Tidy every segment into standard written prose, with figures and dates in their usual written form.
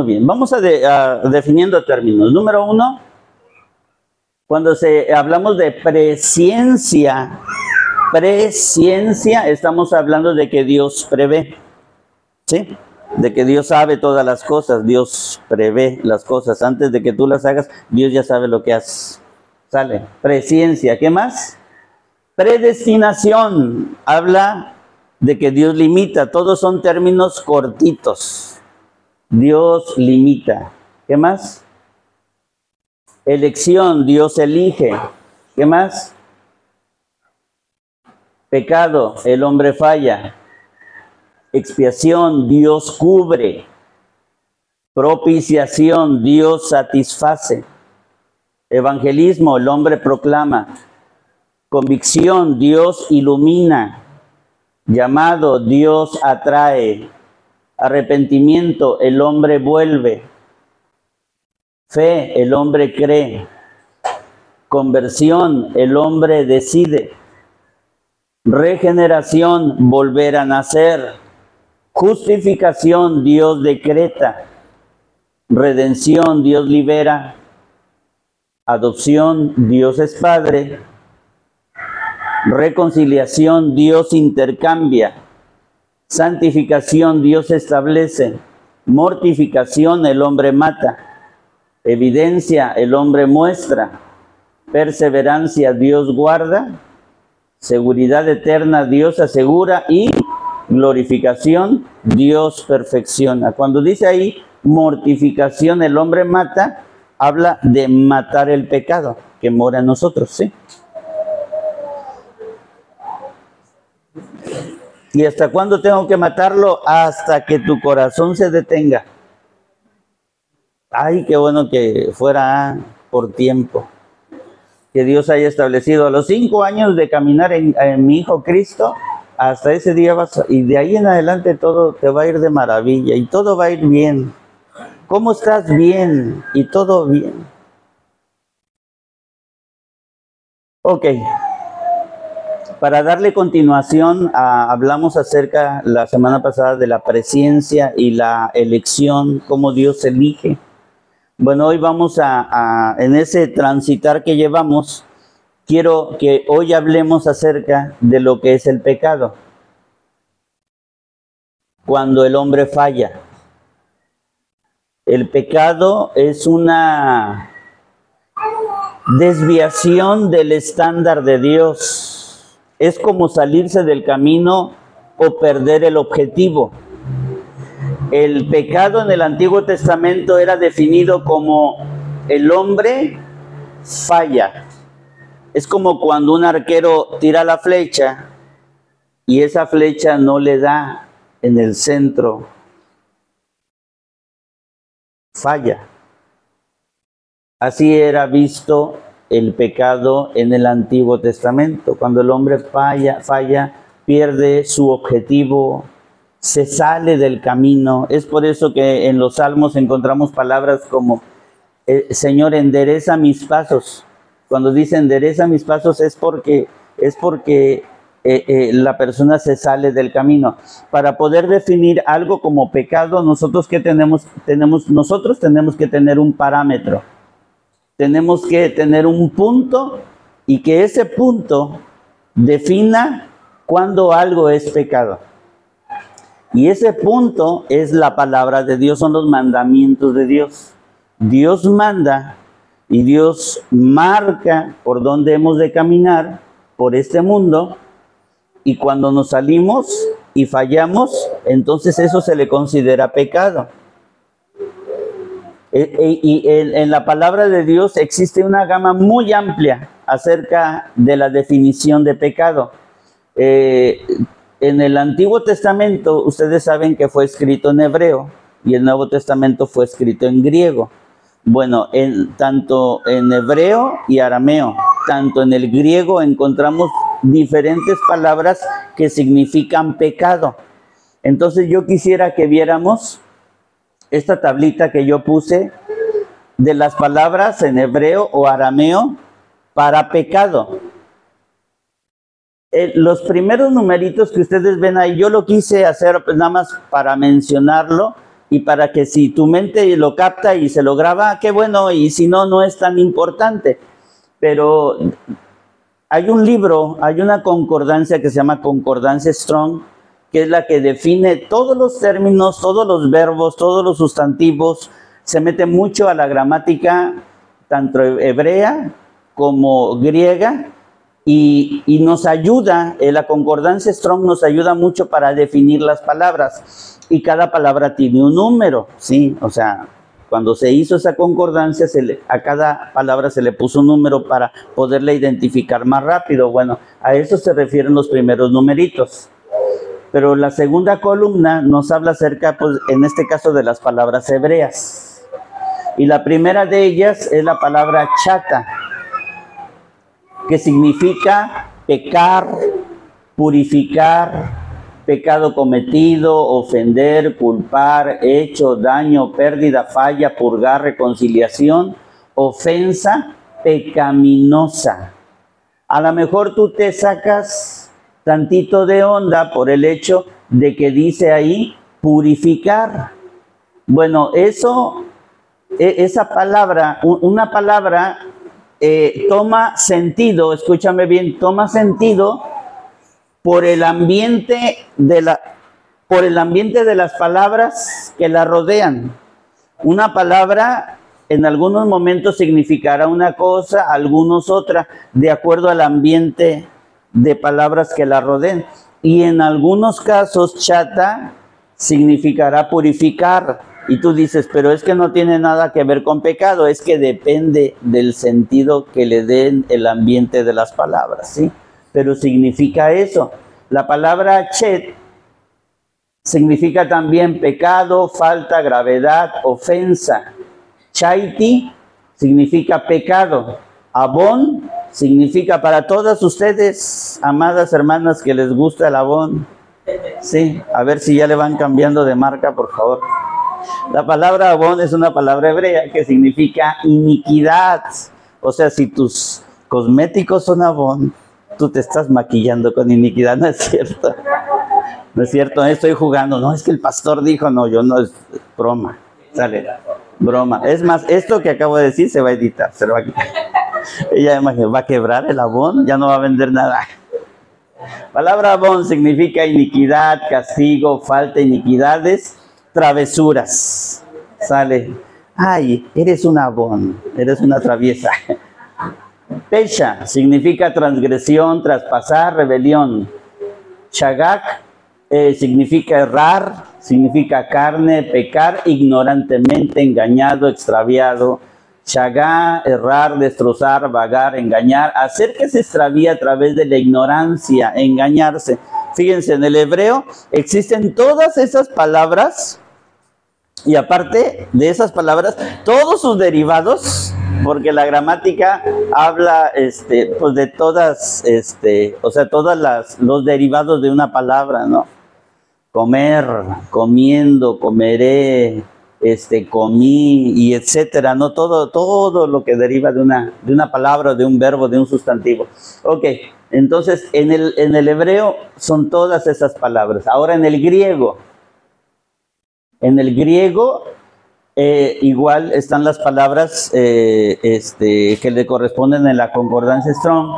Muy bien, vamos definiendo términos. Número uno, cuando hablamos de presciencia, estamos hablando de que Dios prevé, ¿sí? De que Dios sabe todas las cosas, Dios prevé las cosas. Antes de que tú las hagas, Dios ya sabe lo que haces. Sale, presciencia. ¿Qué más? Predestinación, habla de que Dios limita. Todos son términos cortitos. Dios limita. ¿Qué más? Elección, Dios elige. ¿Qué más? Pecado, el hombre falla. Expiación, Dios cubre. Propiciación, Dios satisface. Evangelismo, el hombre proclama. Convicción, Dios ilumina. Llamado, Dios atrae. Arrepentimiento, el hombre vuelve. Fe, el hombre cree. Conversión, el hombre decide. Regeneración, volver a nacer. Justificación, Dios decreta. Redención, Dios libera. Adopción, Dios es Padre. Reconciliación, Dios intercambia. Santificación, Dios establece. Mortificación, el hombre mata. Evidencia, el hombre muestra. Perseverancia, Dios guarda. Seguridad eterna, Dios asegura. Y glorificación, Dios perfecciona. Cuando dice ahí mortificación, el hombre mata, habla de matar el pecado que mora en nosotros, ¿sí? ¿Y hasta cuándo tengo que matarlo? Hasta que tu corazón se detenga. Ay, qué bueno que fuera por tiempo. Que Dios haya establecido a los 5 años de caminar en mi Hijo Cristo, hasta ese día y de ahí en adelante todo te va a ir de maravilla y todo va a ir bien. ¿Cómo estás? Bien, y todo bien. Ok. Para darle continuación, hablamos acerca la semana pasada de la presciencia y la elección, cómo Dios elige. Bueno, hoy vamos en ese transitar que llevamos, quiero que hoy hablemos acerca de lo que es el pecado. Cuando el hombre falla. El pecado es una desviación del estándar de Dios. Es como salirse del camino o perder el objetivo. El pecado en el Antiguo Testamento era definido como el hombre falla. Es como cuando un arquero tira la flecha y esa flecha no le da en el centro. Falla. Así era visto el pecado en el Antiguo Testamento. Cuando el hombre falla, pierde su objetivo, se sale del camino. Es por eso que en los Salmos encontramos palabras como Señor, endereza mis pasos. Cuando dice endereza mis pasos es porque la persona se sale del camino. Para poder definir algo como pecado, nosotros tenemos que tener un parámetro. Tenemos que tener un punto y que ese punto defina cuándo algo es pecado. Y ese punto es la palabra de Dios, son los mandamientos de Dios. Dios manda y Dios marca por dónde hemos de caminar por este mundo. Y cuando nos salimos y fallamos, entonces eso se le considera pecado. Y en la palabra de Dios existe una gama muy amplia acerca de la definición de pecado. En el Antiguo Testamento, ustedes saben que fue escrito en hebreo y el Nuevo Testamento fue escrito en griego. Bueno, tanto en hebreo y arameo, tanto en el griego encontramos diferentes palabras que significan pecado. Entonces yo quisiera que viéramos esta tablita que yo puse de las palabras en hebreo o arameo para pecado. Los primeros numeritos que ustedes ven ahí, yo lo quise hacer nada más para mencionarlo, y para que si tu mente lo capta y se lo graba, qué bueno, y si no, no es tan importante. Pero hay un libro, hay una concordancia que se llama Concordancia Strong, que es la que define todos los términos, todos los verbos, todos los sustantivos, se mete mucho a la gramática, tanto hebrea como griega, y nos ayuda, la Concordancia Strong nos ayuda mucho para definir las palabras, y cada palabra tiene un número, ¿sí? O sea, cuando se hizo esa concordancia, a cada palabra se le puso un número para poderla identificar más rápido. Bueno, a eso se refieren los primeros numeritos. Pero la segunda columna nos habla acerca, pues, en este caso, de las palabras hebreas. Y la primera de ellas es la palabra chata, que significa pecar, purificar, pecado cometido, ofender, culpar, hecho, daño, pérdida, falla, purgar, reconciliación, ofensa pecaminosa. A lo mejor tú te sacas tantito de onda por el hecho de que dice ahí purificar. Bueno, esa palabra, una palabra toma sentido, escúchame bien, toma sentido por el ambiente de las palabras que la rodean. Una palabra en algunos momentos significará una cosa, algunos otra, de acuerdo al ambiente de palabras que la rodeen. Y en algunos casos, chata significará purificar. Y tú dices, pero es que no tiene nada que ver con pecado, es que depende del sentido que le den el ambiente de las palabras, ¿sí? Pero significa eso. La palabra chet significa también pecado, falta, gravedad, ofensa. Chaiti significa pecado. Abón significa, para todas ustedes, amadas hermanas, que les gusta el abón. Sí, a ver si ya le van cambiando de marca, por favor. La palabra abón es una palabra hebrea que significa iniquidad. O sea, si tus cosméticos son abón, tú te estás maquillando con iniquidad, ¿no es cierto? No es cierto, estoy jugando. No, es que el pastor dijo, no, yo no, es broma. Sale, broma. Es más, esto que acabo de decir se va a editar, se lo va a quitar. Ella va a quebrar el abón, ya no va a vender nada. Palabra abón significa iniquidad, castigo, falta, iniquidades, travesuras. Sale, ay, eres un abón, eres una traviesa. Pesha significa transgresión, traspasar, rebelión. Shagak significa errar, significa carne, pecar ignorantemente, engañado, extraviado. Shagá, errar, destrozar, vagar, engañar, hacer que se extravíe a través de la ignorancia, engañarse. Fíjense, en el hebreo existen todas esas palabras y aparte de esas palabras, todos sus derivados, porque la gramática habla pues de todas, o sea, los derivados de una palabra, ¿no? Comer, comiendo, comeré, comí, y etcétera, ¿no? Todo lo que deriva de una palabra, de un verbo, de un sustantivo. Ok, entonces en el hebreo son todas esas palabras. Ahora en el griego igual están las palabras que le corresponden en la Concordancia Strong.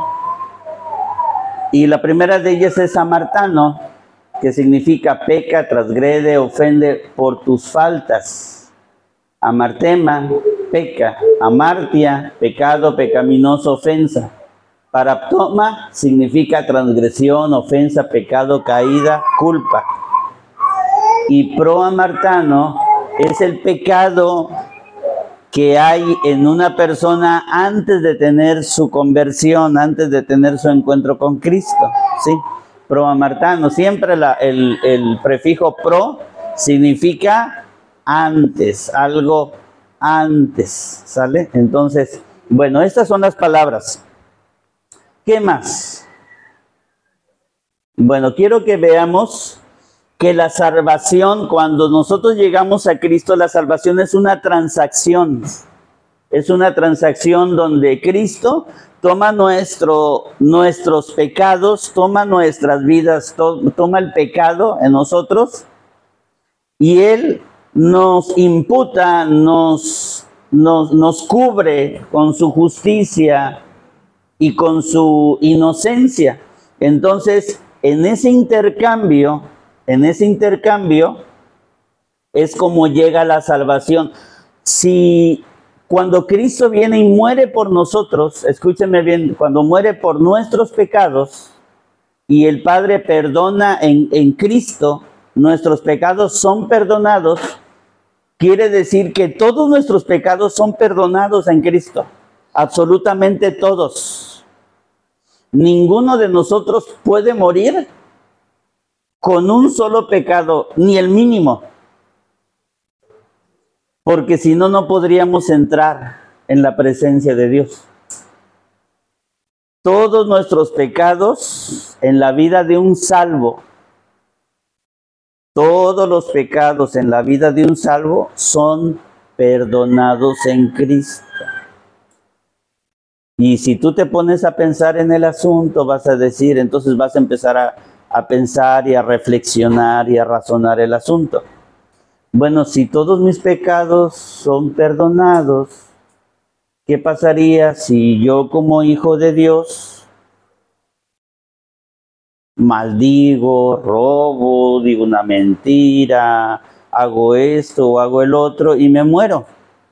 Y la primera de ellas es amartano, que significa peca, transgrede, ofende por tus faltas. Amartema, peca. Amartia, pecado, pecaminoso, ofensa. Paraptoma significa transgresión, ofensa, pecado, caída, culpa. Y proamartano es el pecado que hay en una persona antes de tener su conversión, antes de tener su encuentro con Cristo, ¿sí? Proamartano, siempre el prefijo pro significa antes, algo antes, ¿sale? Entonces, bueno, estas son las palabras. ¿Qué más? Bueno, quiero que veamos que la salvación, cuando nosotros llegamos a Cristo, la salvación es una transacción. Es una transacción donde Cristo toma nuestros pecados, toma nuestras vidas, toma el pecado en nosotros y Él nos imputa, nos cubre con su justicia y con su inocencia. Entonces, en ese intercambio es como llega la salvación. Si cuando Cristo viene y muere por nosotros, escúchenme bien, cuando muere por nuestros pecados y el Padre perdona en Cristo, nuestros pecados son perdonados, quiere decir que todos nuestros pecados son perdonados en Cristo, absolutamente todos. Ninguno de nosotros puede morir con un solo pecado, ni el mínimo, porque si no, no podríamos entrar en la presencia de Dios. Todos nuestros pecados en la vida de un salvo, todos los pecados en la vida de un salvo son perdonados en Cristo. Y si tú te pones a pensar en el asunto, vas a decir, entonces vas a empezar a pensar y a reflexionar y a razonar el asunto. Bueno, si todos mis pecados son perdonados, ¿qué pasaría si yo como hijo de Dios maldigo, robo, digo una mentira, hago esto o hago el otro y me muero?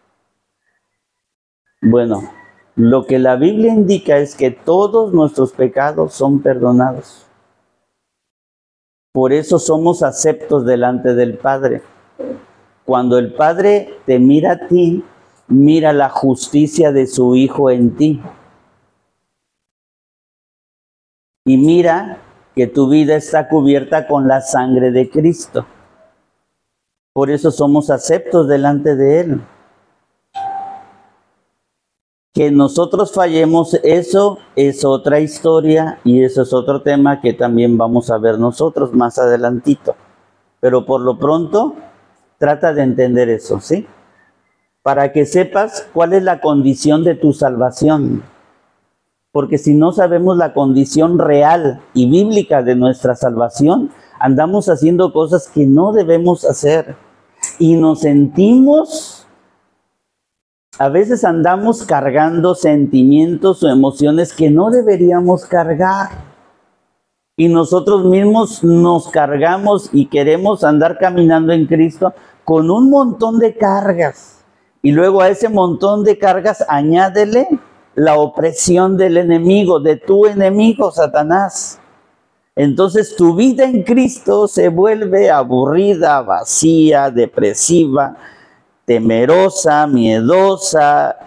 Bueno, lo que la Biblia indica es que todos nuestros pecados son perdonados. Por eso somos aceptos delante del Padre. Cuando el Padre te mira a ti, mira la justicia de su Hijo en ti. Y mira que tu vida está cubierta con la sangre de Cristo. Por eso somos aceptos delante de Él. Que nosotros fallemos, eso es otra historia y eso es otro tema que también vamos a ver nosotros más adelantito. Pero por lo pronto, trata de entender eso, ¿sí? Para que sepas cuál es la condición de tu salvación. Porque si no sabemos la condición real y bíblica de nuestra salvación, andamos haciendo cosas que no debemos hacer. Y nos sentimos, a veces andamos cargando sentimientos o emociones que no deberíamos cargar. Y nosotros mismos nos cargamos y queremos andar caminando en Cristo con un montón de cargas. Y luego a ese montón de cargas añádele la opresión del enemigo, de tu enemigo, Satanás. Entonces tu vida en Cristo se vuelve aburrida, vacía, depresiva, temerosa, miedosa,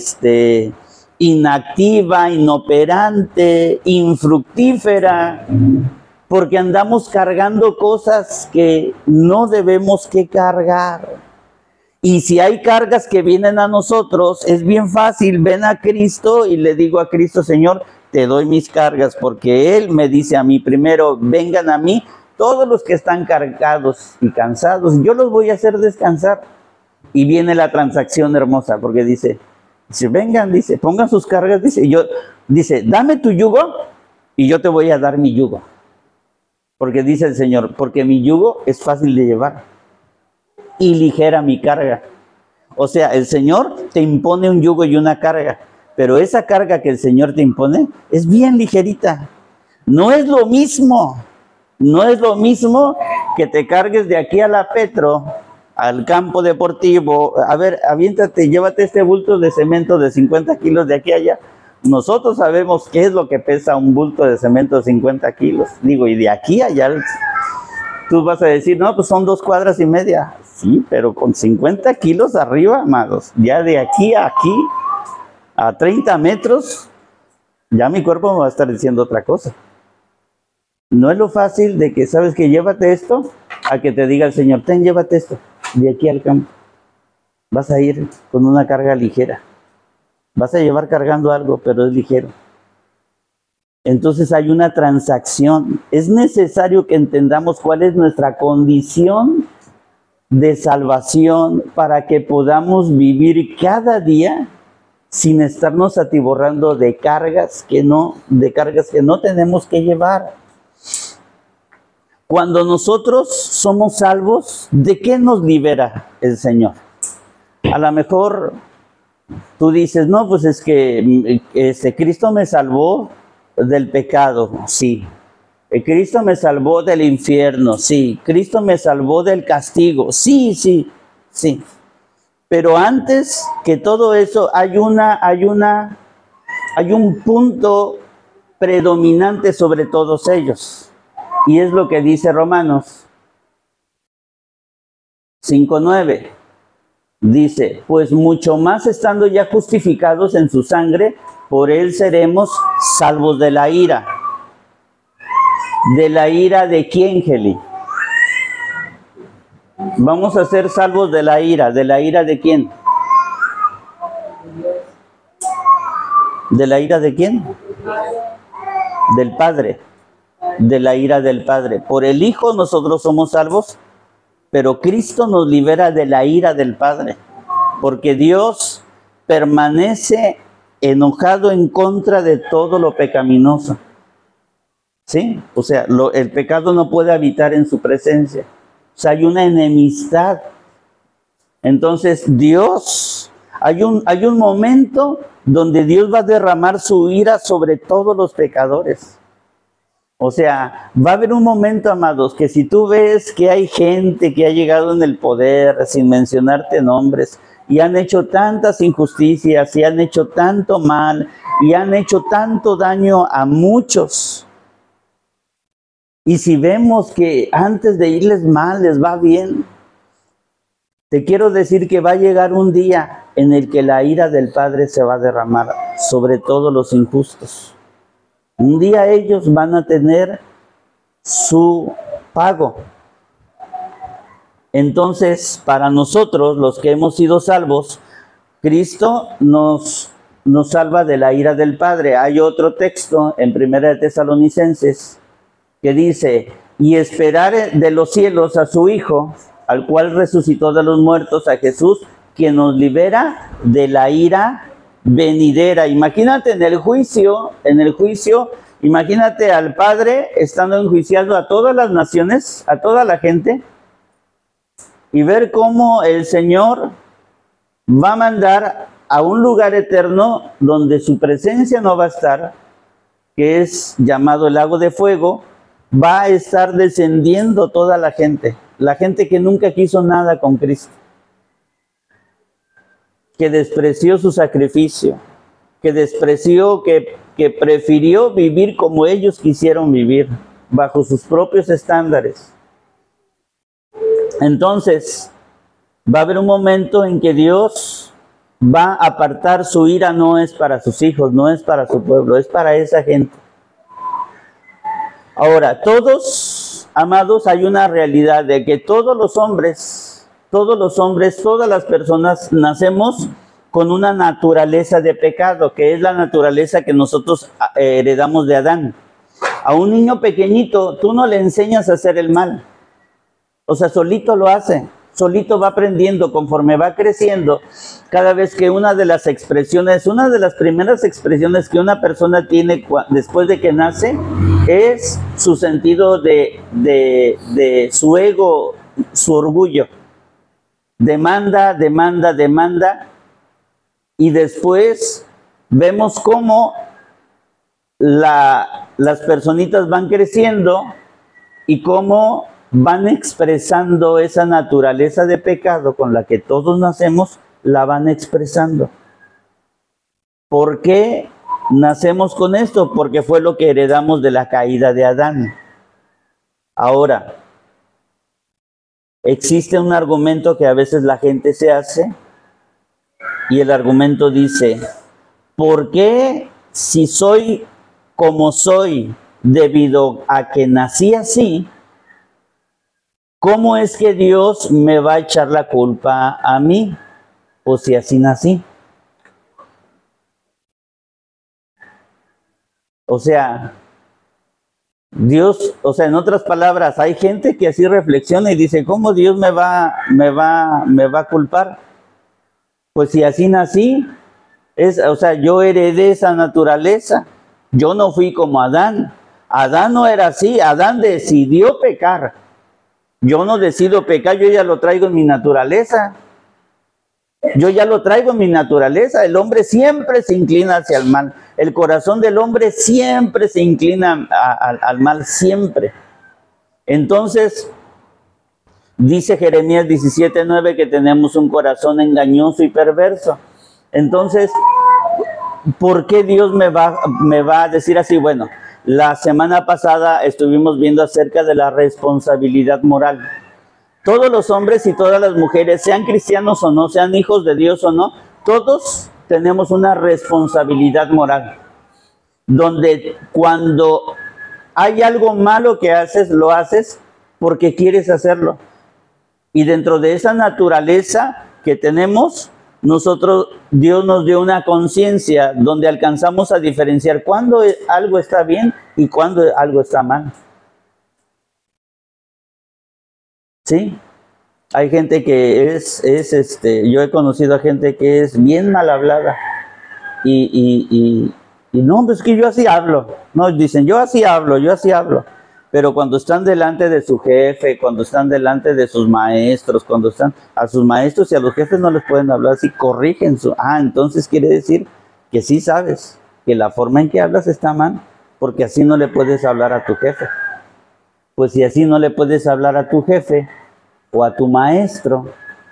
inactiva, inoperante, infructífera, porque andamos cargando cosas que no debemos que cargar. Y si hay cargas que vienen a nosotros, es bien fácil, ven a Cristo y le digo a Cristo, Señor, te doy mis cargas, porque Él me dice a mí primero, vengan a mí todos los que están cargados y cansados, yo los voy a hacer descansar. Y viene la transacción hermosa, porque dice, vengan, dice, pongan sus cargas, dice, dame tu yugo y yo te voy a dar mi yugo. Porque dice el Señor, porque mi yugo es fácil de llevar y ligera mi carga. O sea, el Señor te impone un yugo y una carga, pero esa carga que el Señor te impone es bien ligerita. No es lo mismo que te cargues de aquí a la Petro, al campo deportivo, a ver, aviéntate, llévate este bulto de cemento de 50 kilos de aquí a allá. Nosotros sabemos qué es lo que pesa un bulto de cemento de 50 kilos. Digo, y de aquí a allá, tú vas a decir, no, pues son 2 cuadras y media. Sí, pero con 50 kilos arriba, amados, ya de aquí a aquí, a 30 metros, ya mi cuerpo me va a estar diciendo otra cosa. No es lo fácil de que, ¿sabes qué? Llévate esto, a que te diga el Señor, ten, llévate esto, de aquí al campo. Vas a ir con una carga ligera. Vas a llevar cargando algo, pero es ligero. Entonces hay una transacción. Es necesario que entendamos cuál es nuestra condición de salvación para que podamos vivir cada día sin estarnos atiborrando de cargas que no tenemos que llevar. Cuando nosotros somos salvos, ¿de qué nos libera el Señor? A lo mejor tú dices, no, pues es que Cristo me salvó del pecado, sí. Cristo me salvó del infierno, sí. Cristo me salvó del castigo, sí, sí, sí. Pero antes que todo eso hay un punto predominante sobre todos ellos. Y es lo que dice Romanos 5:9. Dice, pues mucho más estando ya justificados en su sangre, por él seremos salvos de la ira. ¿De la ira de quién, Geli? Vamos a ser salvos de la ira. ¿De la ira de quién? ¿De la ira de quién? Del Padre. De la ira del Padre. Por el Hijo nosotros somos salvos, pero Cristo nos libera de la ira del Padre. Porque Dios permanece enojado en contra de todo lo pecaminoso. ¿Sí? O sea, el pecado no puede habitar en su presencia. O sea, hay una enemistad. Entonces, Dios, hay un momento donde Dios va a derramar su ira sobre todos los pecadores. O sea, va a haber un momento, amados, que si tú ves que hay gente que ha llegado en el poder, sin mencionarte nombres, y han hecho tantas injusticias, y han hecho tanto mal, y han hecho tanto daño a muchos, y si vemos que antes de irles mal, les va bien, te quiero decir que va a llegar un día en el que la ira del Padre se va a derramar sobre todos los injustos. Un día ellos van a tener su pago. Entonces, para nosotros, los que hemos sido salvos, Cristo nos salva de la ira del Padre. Hay otro texto en 1 de Tesalonicenses que dice, y esperar de los cielos a su Hijo, al cual resucitó de los muertos, a Jesús, quien nos libera de la ira venidera. Imagínate en el juicio, imagínate al Padre estando enjuiciando a todas las naciones, a toda la gente, y ver cómo el Señor va a mandar a un lugar eterno donde su presencia no va a estar, que es llamado el lago de fuego. Va a estar descendiendo toda la gente que nunca quiso nada con Cristo, que despreció su sacrificio, que despreció, que prefirió vivir como ellos quisieron vivir, bajo sus propios estándares. Entonces, va a haber un momento en que Dios va a apartar su ira, no es para sus hijos, no es para su pueblo, es para esa gente. Ahora, todos, amados, hay una realidad de que todos los hombres, todas las personas nacemos con una naturaleza de pecado, que es la naturaleza que nosotros heredamos de Adán. A un niño pequeñito, tú no le enseñas a hacer el mal. O sea, solito lo hace, solito va aprendiendo conforme va creciendo. Cada vez que una de las primeras expresiones que una persona tiene después de que nace, es su sentido de su ego, su orgullo. Demanda, y después vemos cómo las personitas van creciendo y cómo van expresando esa naturaleza de pecado con la que todos nacemos, la van expresando. ¿Por qué nacemos con esto? Porque fue lo que heredamos de la caída de Adán. Ahora, existe un argumento que a veces la gente se hace, y el argumento dice, ¿por qué si soy como soy debido a que nací así, cómo es que Dios me va a echar la culpa a mí? Pues si así nací. O sea, Dios, o sea, en otras palabras, hay gente que así reflexiona y dice, ¿cómo Dios me va a culpar? Pues si así nací, o sea, yo heredé esa naturaleza. Yo no fui como Adán. Adán no era así, Adán decidió pecar. Yo no decido pecar, yo ya lo traigo en mi naturaleza. Yo ya lo traigo en mi naturaleza. El hombre siempre se inclina hacia el mal. El corazón del hombre siempre se inclina al mal, siempre. Entonces, dice Jeremías 17:9 que tenemos un corazón engañoso y perverso. Entonces, ¿por qué Dios me va a decir así? Bueno, la semana pasada estuvimos viendo acerca de la responsabilidad moral. Todos los hombres y todas las mujeres, sean cristianos o no, sean hijos de Dios o no, todos tenemos una responsabilidad moral. Donde cuando hay algo malo que haces, lo haces porque quieres hacerlo. Y dentro de esa naturaleza que tenemos, nosotros, Dios nos dio una conciencia donde alcanzamos a diferenciar cuándo algo está bien y cuándo algo está mal. ¿Sí? Hay gente que yo he conocido a gente que es bien mal hablada y no, pues que yo así hablo. No, dicen, yo así hablo. Pero cuando están delante de su jefe, cuando están delante de sus maestros, cuando están a sus maestros y a los jefes no les pueden hablar así, corrigen entonces quiere decir que sí sabes que la forma en que hablas está mal, porque así no le puedes hablar a tu jefe. Pues si así no le puedes hablar a tu jefe o a tu maestro,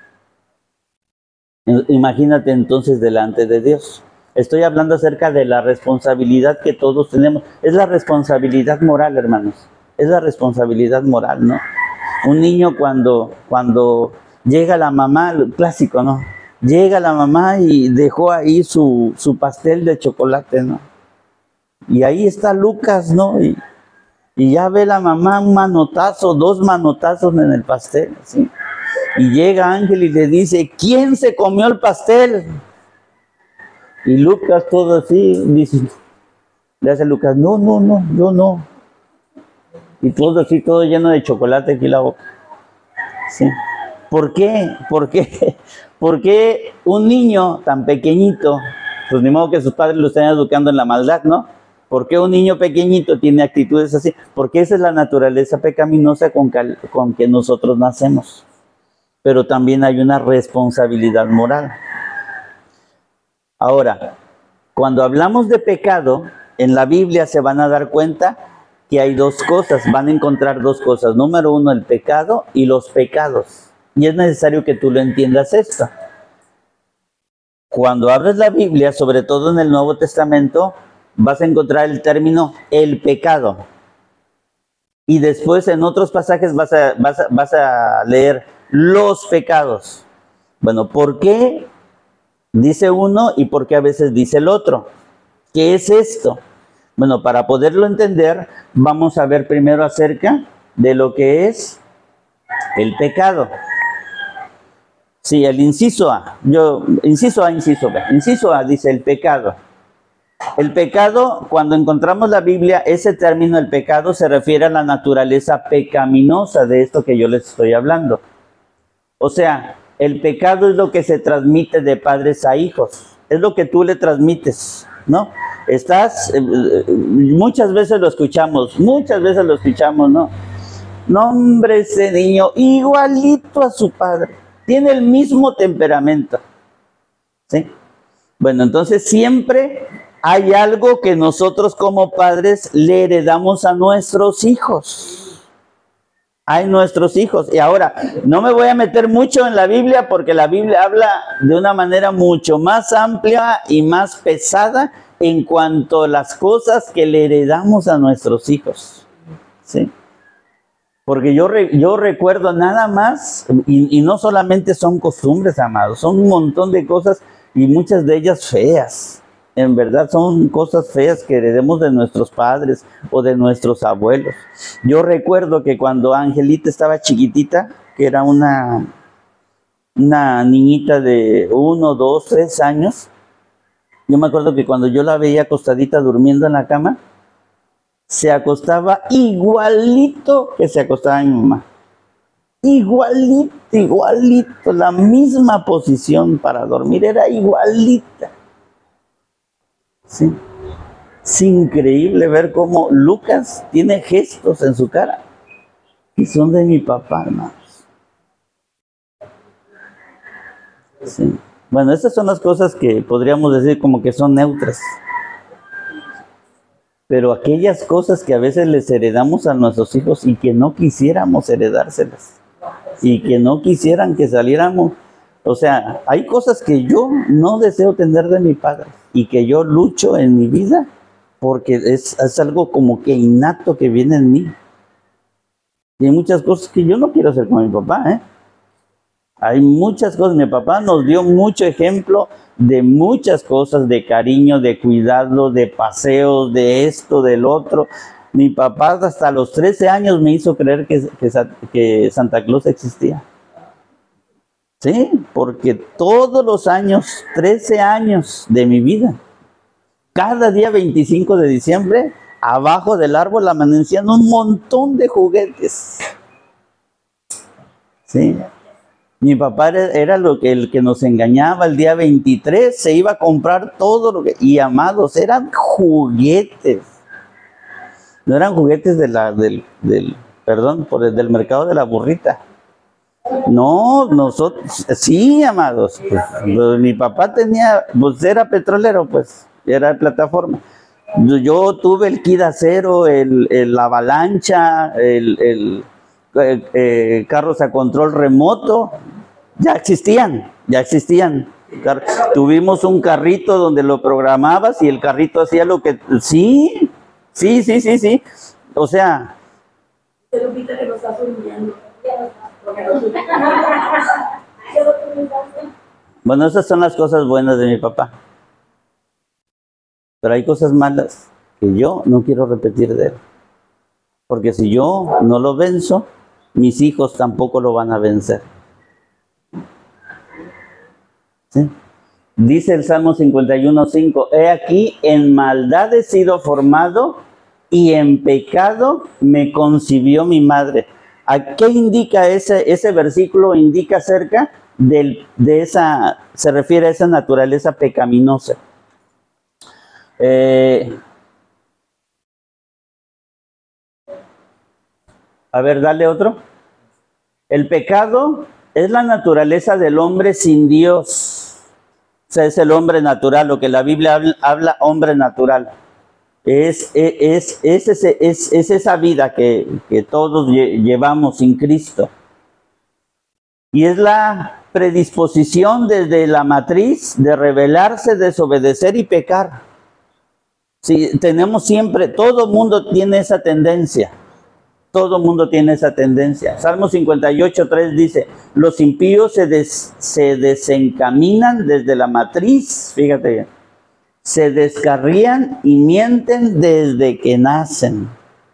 imagínate entonces delante de Dios. Estoy hablando acerca de la responsabilidad que todos tenemos. Es la responsabilidad moral, hermanos. Es la responsabilidad moral, ¿no? Un niño cuando llega la mamá, lo clásico, ¿no? Llega la mamá y dejó ahí su pastel de chocolate, ¿no? Y ahí está Lucas, ¿no? Y ya ve la mamá un manotazo, 2 manotazos en el pastel, ¿sí? Y llega Ángel y le dice, ¿quién se comió el pastel? Y Lucas todo así, dice, le hace Lucas, no, yo no. Y todo así, todo lleno de chocolate aquí la boca. ¿Sí? ¿Por qué? Porque un niño tan pequeñito, pues ni modo que sus padres lo estén educando en la maldad, ¿no? ¿Por qué un niño pequeñito tiene actitudes así? Porque esa es la naturaleza pecaminosa con que nosotros nacemos. Pero también hay una responsabilidad moral. Ahora, cuando hablamos de pecado, en la Biblia se van a dar cuenta que hay 2 cosas, van a encontrar 2 cosas. Número 1, el pecado y los pecados. Y es necesario que tú lo entiendas esto. Cuando abres la Biblia, sobre todo en el Nuevo Testamento, vas a encontrar el término el pecado. Y después en otros pasajes vas a leer los pecados. Bueno, ¿por qué dice uno y por qué a veces dice el otro? ¿Qué es esto? Bueno, para poderlo entender, vamos a ver primero acerca de lo que es el pecado. Sí, el inciso A. Inciso A, inciso B. Inciso A dice el pecado. El pecado, cuando encontramos la Biblia, ese término, el pecado, se refiere a la naturaleza pecaminosa de esto que yo les estoy hablando. O sea, el pecado es lo que se transmite de padres a hijos. Es lo que tú le transmites, ¿no? Muchas veces lo escuchamos, ¿no? No, hombre, ese niño igualito a su padre. Tiene el mismo temperamento. ¿Sí? Bueno, entonces siempre hay algo que nosotros como padres le heredamos a nuestros hijos. Hay nuestros hijos. Y ahora, no me voy a meter mucho en la Biblia porque la Biblia habla de una manera mucho más amplia y más pesada en cuanto a las cosas que le heredamos a nuestros hijos. ¿Sí? Porque yo recuerdo nada más, y no solamente son costumbres, amados, son un montón de cosas y muchas de ellas feas. En verdad son cosas feas que heredemos de nuestros padres o de nuestros abuelos. Yo recuerdo que cuando Angelita estaba chiquitita, que era una niñita de 1, 2, 3 años, yo me acuerdo que cuando yo la veía acostadita durmiendo en la cama, se acostaba igualito que se acostaba mi mamá. Igualito, la misma posición para dormir, era igualita. ¿Sí? Es increíble ver cómo Lucas tiene gestos en su cara que son de mi papá, hermanos. Sí. Bueno, estas son las cosas que podríamos decir como que son neutras. Pero aquellas cosas que a veces les heredamos a nuestros hijos y que no quisiéramos heredárselas. Y que no quisieran que saliéramos. O sea, hay cosas que yo no deseo tener de mi padre y que yo lucho en mi vida porque es algo como que innato que viene en mí. Y hay muchas cosas que yo no quiero hacer con mi papá, ¿eh? Hay muchas cosas. Mi papá nos dio mucho ejemplo de muchas cosas, de cariño, de cuidado, de paseos, de esto, del otro. Mi papá hasta los 13 años me hizo creer que Santa Claus existía. Sí, porque todos los años, 13 años de mi vida, cada día 25 de diciembre, abajo del árbol amanecían un montón de juguetes. Sí. Mi papá era el que nos engañaba. El día 23 se iba a comprar todo lo que... Y amados, eran juguetes. No eran juguetes del mercado de la burrita. No, nosotros... Sí, amados. Pues, mi papá tenía... Pues era petrolero, pues. Era de plataforma. Yo tuve el Kid Acero, la avalancha, carros a control remoto. Ya existían. Tuvimos un carrito donde lo programabas y el carrito hacía lo que... Sí. O sea... Bueno, esas son las cosas buenas de mi papá. Pero hay cosas malas que yo no quiero repetir de él. Porque si yo no lo venzo, mis hijos tampoco lo van a vencer. ¿Sí? Dice el Salmo 51:5, he aquí, en maldad he sido formado y en pecado me concibió mi madre. ¿A qué indica ese versículo? Indica acerca se refiere a esa naturaleza pecaminosa. A ver, dale otro. El pecado es la naturaleza del hombre sin Dios. O sea, es el hombre natural, lo que la Biblia habla hombre natural. Es esa vida que todos llevamos sin Cristo. Y es la predisposición desde la matriz de rebelarse, desobedecer y pecar. Sí, tenemos siempre, todo mundo tiene esa tendencia. Todo mundo tiene esa tendencia. Salmo 58:3 dice, los impíos se desencaminan desde la matriz, fíjate bien, se descarrían y mienten desde que nacen.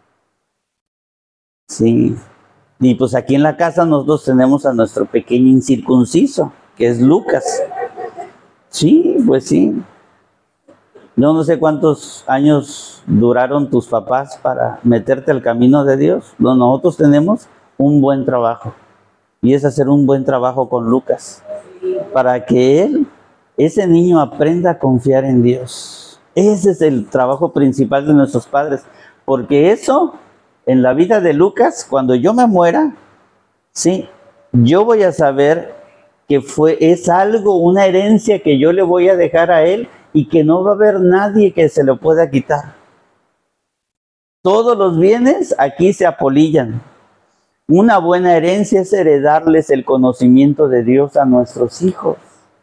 Sí. Y pues aquí en la casa nosotros tenemos a nuestro pequeño incircunciso, que es Lucas. Sí, pues sí. Yo no sé cuántos años duraron tus papás para meterte al camino de Dios. No, nosotros tenemos un buen trabajo. Y es hacer un buen trabajo con Lucas. Para que ese niño aprenda a confiar en Dios. Ese es el trabajo principal de nuestros padres. Porque eso, en la vida de Lucas, cuando yo me muera, sí, yo voy a saber que es algo, una herencia que yo le voy a dejar a él y que no va a haber nadie que se lo pueda quitar. Todos los bienes aquí se apolillan. Una buena herencia es heredarles el conocimiento de Dios a nuestros hijos.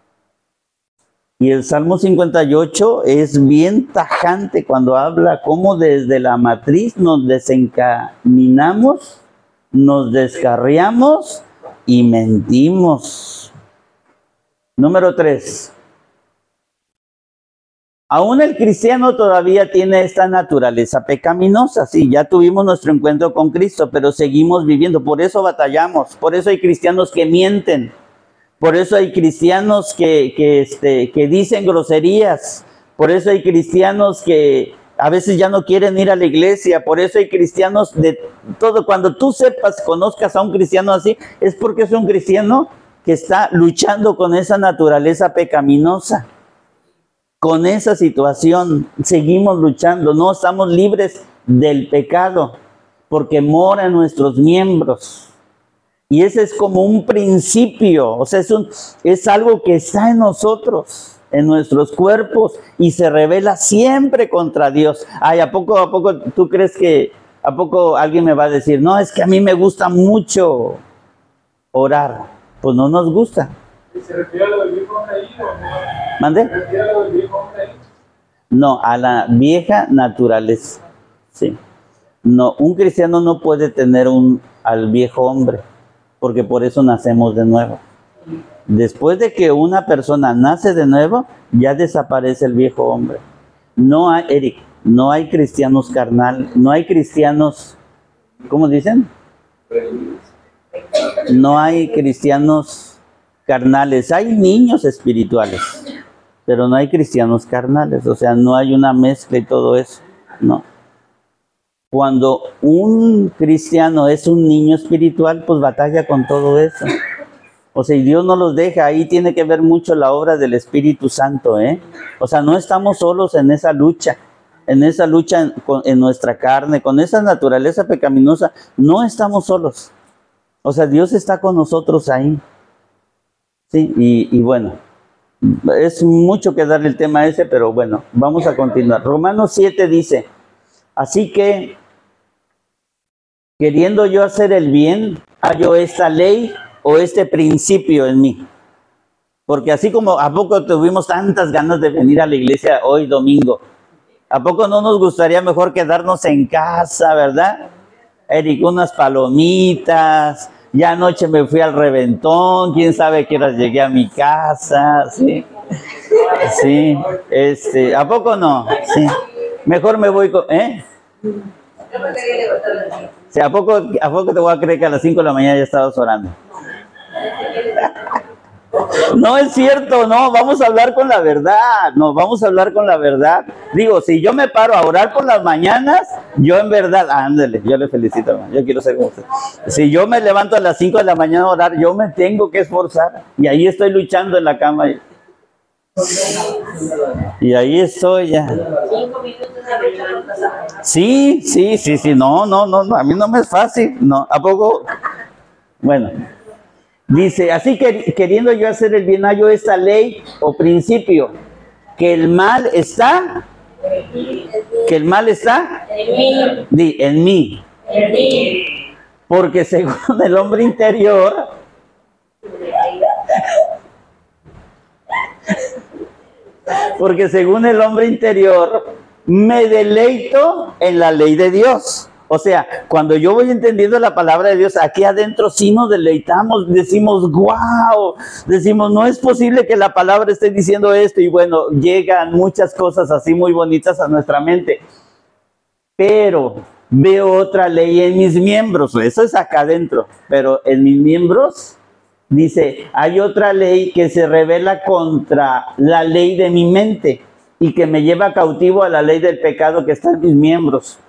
Y el Salmo 58 es bien tajante cuando habla cómo desde la matriz nos desencaminamos, nos descarriamos y mentimos. Número 3. Aún el cristiano todavía tiene esta naturaleza pecaminosa. Sí, ya tuvimos nuestro encuentro con Cristo, pero seguimos viviendo. Por eso batallamos. Por eso hay cristianos que mienten. Por eso hay cristianos que dicen groserías. Por eso hay cristianos que a veces ya no quieren ir a la iglesia. Por eso hay cristianos de todo. Cuando tú conozcas a un cristiano así, es porque es un cristiano que está luchando con esa naturaleza pecaminosa. con esa situación, seguimos luchando, no estamos libres del pecado, porque mora en nuestros miembros. Y ese es como un principio, o sea, es algo que está en nosotros, en nuestros cuerpos, y se revela siempre contra Dios. Ay, ¿a poco tú crees que, a poco alguien me va a decir, no, es que a mí me gusta mucho orar? Pues no nos gusta. ¿Se refiere a lo del viejo hombre ahí o no? ¿Mande? ¿Se refiere a lo del viejo hombre ahí? No, a la vieja naturaleza, sí. No, un cristiano no puede tener al viejo hombre, porque por eso nacemos de nuevo. Después de que una persona nace de nuevo, ya desaparece el viejo hombre. No hay, Eric, no hay cristianos carnal, no hay cristianos, ¿cómo dicen? No hay cristianos carnales, hay niños espirituales, pero no hay cristianos carnales, o sea, no hay una mezcla y todo eso, no. Cuando un cristiano es un niño espiritual, pues batalla con todo eso. O sea, y Dios no los deja, ahí tiene que ver mucho la obra del Espíritu Santo, ¿eh? O sea, no estamos solos en esa lucha en nuestra carne, con esa naturaleza pecaminosa, no estamos solos. O sea, Dios está con nosotros ahí. Sí, y bueno, es mucho que darle el tema ese, pero bueno, vamos a continuar. Romanos 7 dice, así que, queriendo yo hacer el bien, hallo esta ley o este principio en mí. Porque así como a poco tuvimos tantas ganas de venir a la iglesia hoy domingo, ¿a poco no nos gustaría mejor quedarnos en casa, verdad? Eric, unas palomitas, ya anoche me fui al reventón, quién sabe qué horas llegué a mi casa, ¿sí? Sí, ¿a poco no? Sí, mejor me voy con, Sí, ¿a poco te voy a creer que a las 5 de la mañana ya estabas orando? No es cierto, no, vamos a hablar con la verdad, no, vamos a hablar con la verdad. Digo, si yo me paro a orar por las mañanas, yo en verdad, ándale, yo le felicito, hermano, yo quiero ser como usted. Si yo me levanto a las 5 de la mañana a orar, yo me tengo que esforzar, y ahí estoy luchando en la cama. Y ahí estoy ya. 5 minutos de Sí, no, a mí no me es fácil, no, ¿a poco? Bueno. Dice, así que queriendo yo hacer el bien, hallo esta ley o principio, que el mal está, en mí, porque según el hombre interior, me deleito en la ley de Dios. O sea, cuando yo voy entendiendo la palabra de Dios, aquí adentro sí nos deleitamos, decimos, wow, decimos, no es posible que la palabra esté diciendo esto, y bueno, llegan muchas cosas así muy bonitas a nuestra mente. Pero veo otra ley en mis miembros, eso es acá adentro, pero en mis miembros, dice, hay otra ley que se revela contra la ley de mi mente y que me lleva cautivo a la ley del pecado que está en mis miembros.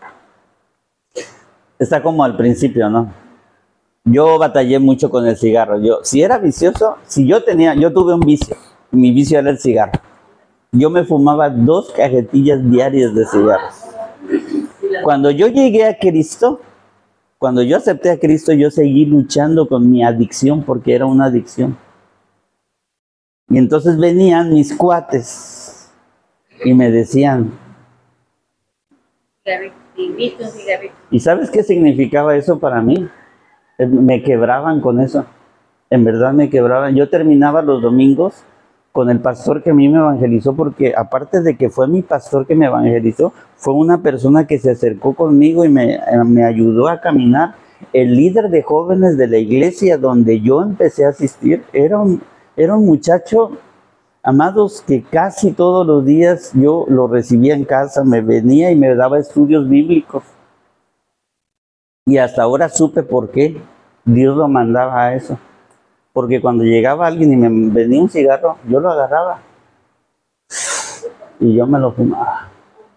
Está como al principio, ¿no? Yo batallé mucho con el cigarro. Si era vicioso, yo tuve un vicio. Mi vicio era el cigarro. Yo me fumaba 2 cajetillas diarias de cigarros. Cuando yo llegué a Cristo, cuando yo acepté a Cristo, yo seguí luchando con mi adicción porque era una adicción. Y entonces venían mis cuates y me decían, ¿y sabes qué significaba eso para mí? Me quebraban con eso. En verdad me quebraban. Yo terminaba los domingos con el pastor que a mí me evangelizó, porque aparte de que fue mi pastor que me evangelizó, fue una persona que se acercó conmigo y me ayudó a caminar. El líder de jóvenes de la iglesia donde yo empecé a asistir era un muchacho, amados, que casi todos los días yo lo recibía en casa, me venía y me daba estudios bíblicos. Y hasta ahora supe por qué Dios lo mandaba a eso. Porque cuando llegaba alguien y me vendía un cigarro, yo lo agarraba y yo me lo fumaba.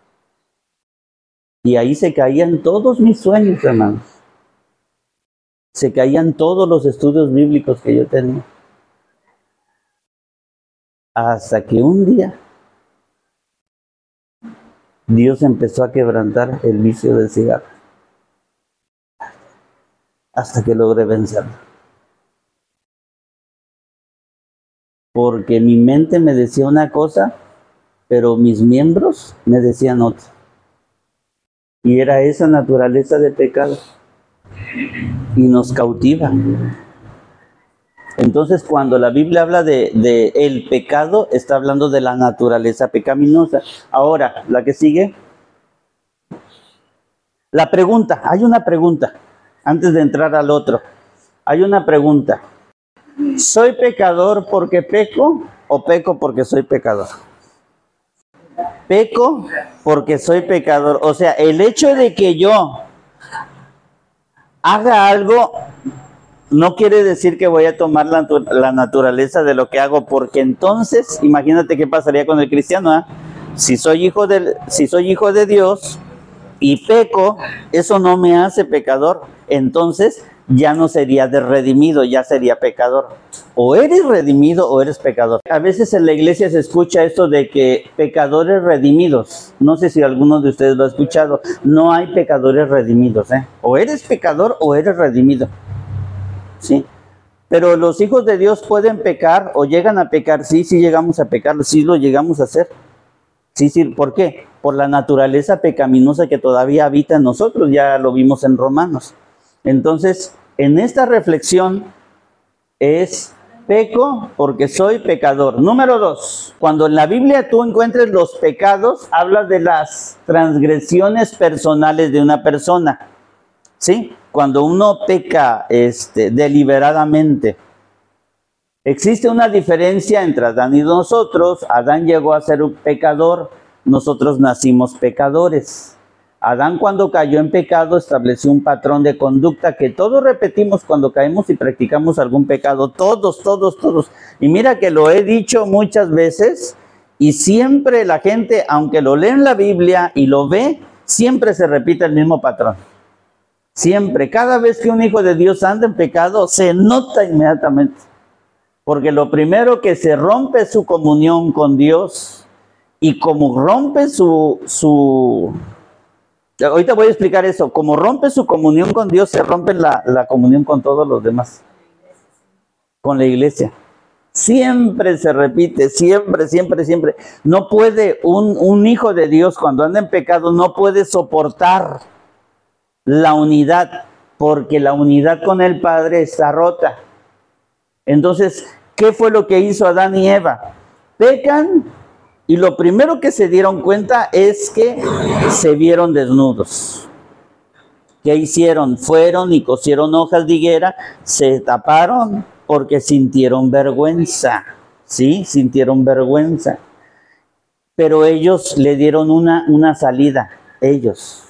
Y ahí se caían todos mis sueños, hermanos. Se caían todos los estudios bíblicos que yo tenía. Hasta que un día Dios empezó a quebrantar el vicio del cigarro. Hasta que logré vencerlo. Porque mi mente me decía una cosa, pero mis miembros me decían otra. Y era esa naturaleza de pecado. Y nos cautiva. Entonces, cuando la Biblia habla de el pecado, está hablando de la naturaleza pecaminosa. Ahora, la que sigue. La pregunta, hay una pregunta, antes de entrar al otro. Hay una pregunta. ¿Soy pecador porque peco o peco porque soy pecador? Peco porque soy pecador. O sea, el hecho de que yo haga algo no quiere decir que voy a tomar la naturaleza de lo que hago, porque entonces, imagínate qué pasaría con el cristiano, ¿eh? Si soy hijo de Dios y peco, eso no me hace pecador. Entonces ya no sería de redimido, ya sería pecador. O eres redimido o eres pecador. A veces en la iglesia se escucha esto de que pecadores redimidos. No sé si alguno de ustedes lo ha escuchado. No hay pecadores redimidos, ¿eh? O eres pecador o eres redimido. ¿Sí? Pero los hijos de Dios pueden pecar o llegan a pecar. Sí, sí llegamos a pecar, sí lo llegamos a hacer. Sí, sí, ¿por qué? Por la naturaleza pecaminosa que todavía habita en nosotros, ya lo vimos en Romanos. Entonces, en esta reflexión es peco porque soy pecador. Número 2, cuando en la Biblia tú encuentres los pecados, habla de las transgresiones personales de una persona. ¿Sí? Cuando uno peca deliberadamente. Existe una diferencia entre Adán y nosotros. Adán llegó a ser un pecador, nosotros nacimos pecadores. Adán, cuando cayó en pecado, estableció un patrón de conducta que todos repetimos cuando caemos y practicamos algún pecado. Todos. Y mira que lo he dicho muchas veces y siempre la gente, aunque lo lee en la Biblia y lo ve, siempre se repite el mismo patrón. Siempre, cada vez que un hijo de Dios anda en pecado, se nota inmediatamente. Porque lo primero que se rompe es su comunión con Dios. Y como rompe ahorita voy a explicar eso. Como rompe su comunión con Dios, se rompe la comunión con todos los demás. Con la iglesia. Siempre se repite, siempre. No puede un hijo de Dios cuando anda en pecado, no puede soportar la unidad, porque la unidad con el Padre está rota. Entonces, ¿qué fue lo que hizo Adán y Eva? Pecan y lo primero que se dieron cuenta es que se vieron desnudos. ¿Qué hicieron? Fueron y cosieron hojas de higuera, se taparon porque sintieron vergüenza. ¿Sí? Sintieron vergüenza. Pero ellos le dieron una salida, ellos.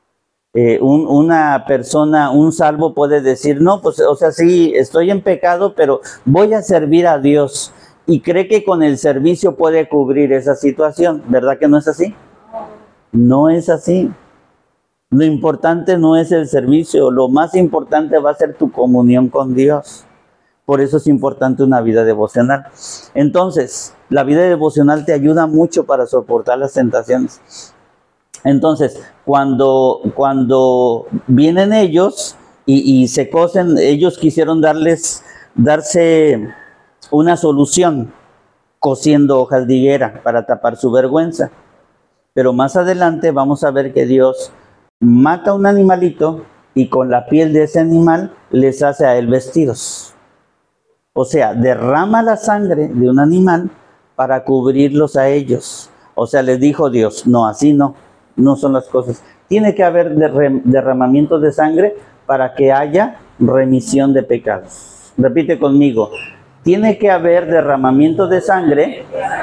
Una persona, un salvo puede decir, no, pues, o sea, sí, estoy en pecado, pero voy a servir a Dios. Y cree que con el servicio puede cubrir esa situación. ¿Verdad que no es así? No es así. Lo importante no es el servicio, lo más importante va a ser tu comunión con Dios. Por eso es importante una vida devocional. Entonces, la vida devocional te ayuda mucho para soportar las tentaciones. Entonces, cuando vienen ellos y se cosen, ellos quisieron darse una solución, cosiendo hojas de higuera para tapar su vergüenza. Pero más adelante vamos a ver que Dios mata un animalito y con la piel de ese animal les hace a él vestidos. O sea, derrama la sangre de un animal para cubrirlos a ellos. O sea, les dijo Dios, no, así no son las cosas. Tiene que haber derramamiento de sangre para que haya remisión de pecados. Repite conmigo. Tiene que haber derramamiento de sangre.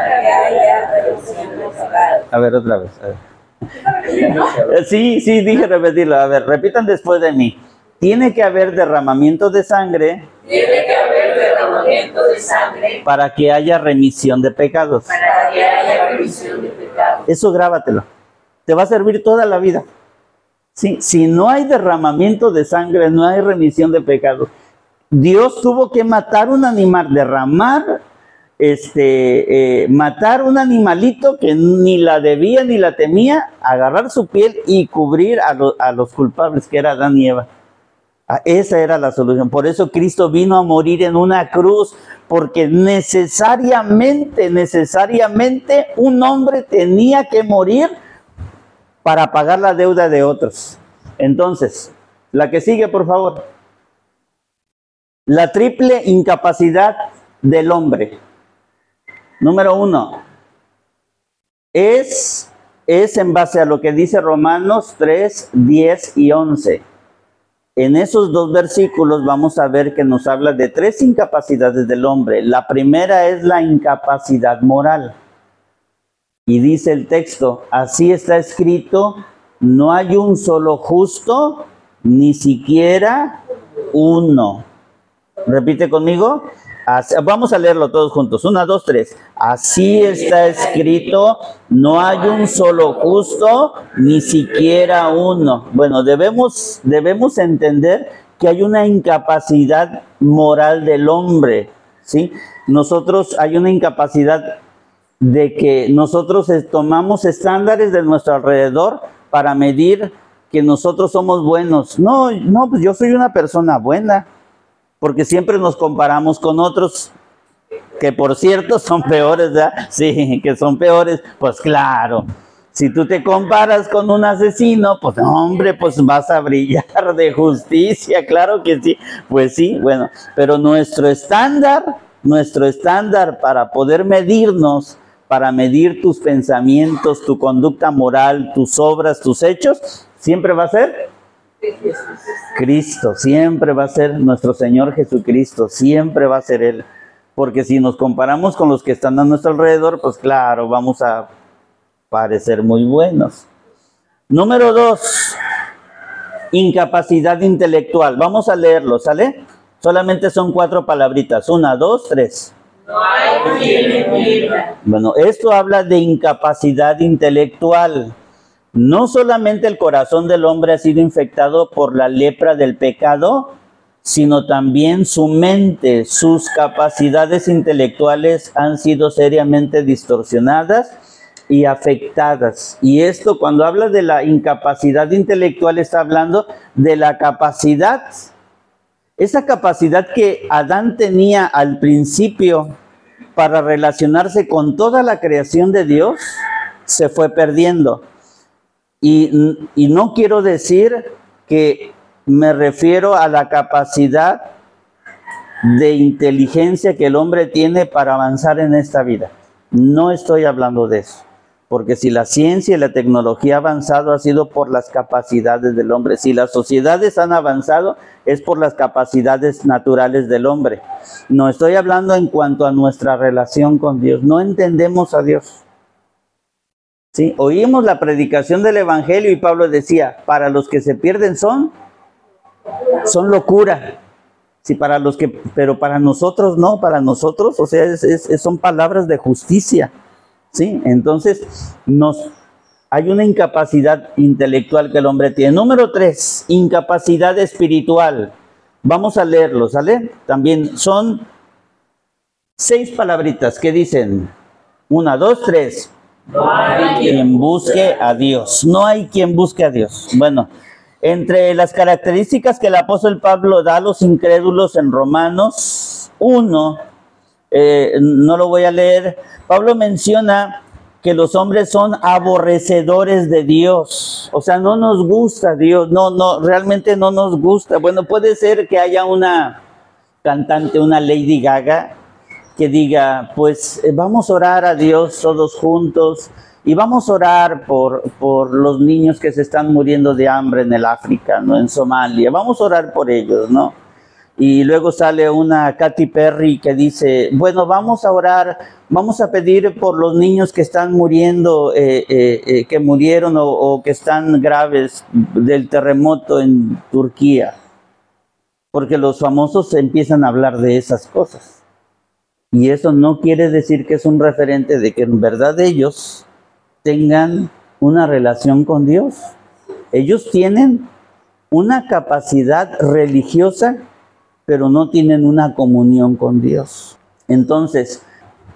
A ver, otra vez. A ver. Sí, dije repetirlo. A ver, repitan después de mí. Tiene que haber derramamiento de sangre. Tiene que haber derramamiento de sangre para que haya remisión de pecados. Para que haya remisión de pecados. Eso grábatelo. Te va a servir toda la vida. ¿Sí? Si no hay derramamiento de sangre, no hay remisión de pecados. Dios tuvo que matar un animal, derramar matar un animalito que ni la debía ni la temía, agarrar su piel y cubrir a los culpables, que era Adán y Eva. Esa era la solución. Por eso Cristo vino a morir en una cruz, porque necesariamente un hombre tenía que morir para pagar la deuda de otros. Entonces, la que sigue, por favor. La triple incapacidad del hombre. Número 1. Es en base a lo que dice Romanos 3, 10 y 11. En esos dos versículos vamos a ver que nos habla de 3 incapacidades del hombre. La primera es la incapacidad moral. Y dice el texto, así está escrito, no hay un solo justo, ni siquiera uno. Repite conmigo. Vamos a leerlo todos juntos. 1, 2, 3. Así está escrito, no hay un solo justo, ni siquiera uno. Bueno, debemos entender que hay una incapacidad moral del hombre, ¿sí? Hay una incapacidad de que nosotros tomamos estándares de nuestro alrededor para medir que nosotros somos buenos. No, pues yo soy una persona buena. Porque siempre nos comparamos con otros que, por cierto, son peores, ¿verdad? Sí, que son peores. Pues claro, si tú te comparas con un asesino, pues hombre, pues vas a brillar de justicia, claro que sí. Pues sí, bueno, pero nuestro estándar para poder medirnos, para medir tus pensamientos, tu conducta moral, tus obras, tus hechos, siempre va a ser Cristo, siempre va a ser nuestro Señor Jesucristo, siempre va a ser Él. Porque si nos comparamos con los que están a nuestro alrededor, pues claro, vamos a parecer muy buenos. Número 2, incapacidad intelectual. Vamos a leerlo, ¿sale? Solamente son 4 palabritas. 1, 2, 3. No hay quien entienda. Bueno, esto habla de incapacidad intelectual. No solamente el corazón del hombre ha sido infectado por la lepra del pecado, sino también su mente, sus capacidades intelectuales han sido seriamente distorsionadas y afectadas. Y esto, cuando habla de la incapacidad intelectual, está hablando de la capacidad, esa capacidad que Adán tenía al principio para relacionarse con toda la creación de Dios, se fue perdiendo. Y no quiero decir que me refiero a la capacidad de inteligencia que el hombre tiene para avanzar en esta vida. No estoy hablando de eso. Porque si la ciencia y la tecnología ha avanzado, ha sido por las capacidades del hombre. Si las sociedades han avanzado, es por las capacidades naturales del hombre. No estoy hablando en cuanto a nuestra relación con Dios. No entendemos a Dios. ¿Sí? Oímos la predicación del Evangelio y Pablo decía, para los que se pierden son locura. Sí, pero para nosotros no, para nosotros, o sea, son palabras de justicia. ¿Sí? Entonces, hay una incapacidad intelectual que el hombre tiene. Número 3, incapacidad espiritual. Vamos a leerlo, ¿sale? También son 6 palabritas que dicen, 1, 2, 3. No hay Quien busque a Dios. No hay quien busque a Dios. Bueno, entre las características que el apóstol Pablo da a los incrédulos en Romanos 1, no lo voy a leer, Pablo menciona que los hombres son aborrecedores de Dios. O sea, no nos gusta Dios. No, realmente no nos gusta. Bueno, puede ser que haya una cantante, una Lady Gaga, que diga, pues vamos a orar a Dios todos juntos y vamos a orar por los niños que se están muriendo de hambre en el África, ¿no? En Somalia, vamos a orar por ellos, ¿no? Y luego sale una Katy Perry que dice, bueno, vamos a orar, vamos a pedir por los niños que están muriendo, que murieron o que están graves del terremoto en Turquía, porque los famosos empiezan a hablar de esas cosas. Y eso no quiere decir que es un referente de que en verdad ellos tengan una relación con Dios. Ellos tienen una capacidad religiosa, pero no tienen una comunión con Dios. Entonces,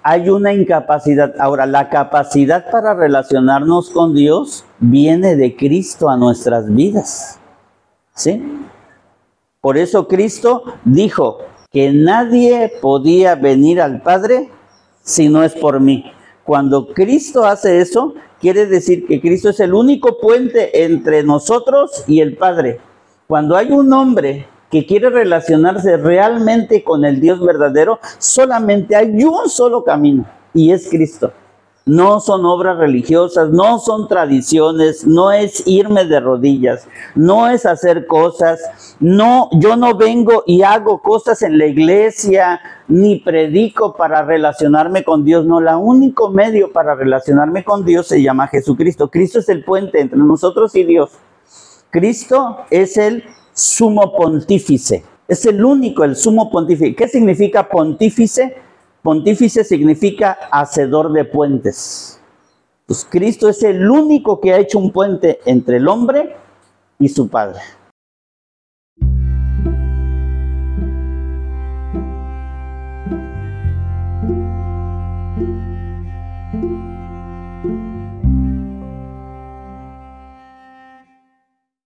hay una incapacidad. Ahora, la capacidad para relacionarnos con Dios viene de Cristo a nuestras vidas. ¿Sí? Por eso Cristo dijo que nadie podía venir al Padre si no es por mí. Cuando Cristo hace eso, quiere decir que Cristo es el único puente entre nosotros y el Padre. Cuando hay un hombre que quiere relacionarse realmente con el Dios verdadero, solamente hay un solo camino, y es Cristo. No son obras religiosas, no son tradiciones, no es irme de rodillas, no es hacer cosas, no, yo no vengo y hago cosas en la iglesia, ni predico para relacionarme con Dios, no, el único medio para relacionarme con Dios se llama Jesucristo. Cristo es el puente entre nosotros y Dios. Cristo es el sumo pontífice, es el único, el sumo pontífice. ¿Qué significa pontífice? Pontífice significa hacedor de puentes. Pues Cristo es el único que ha hecho un puente entre el hombre y su Padre.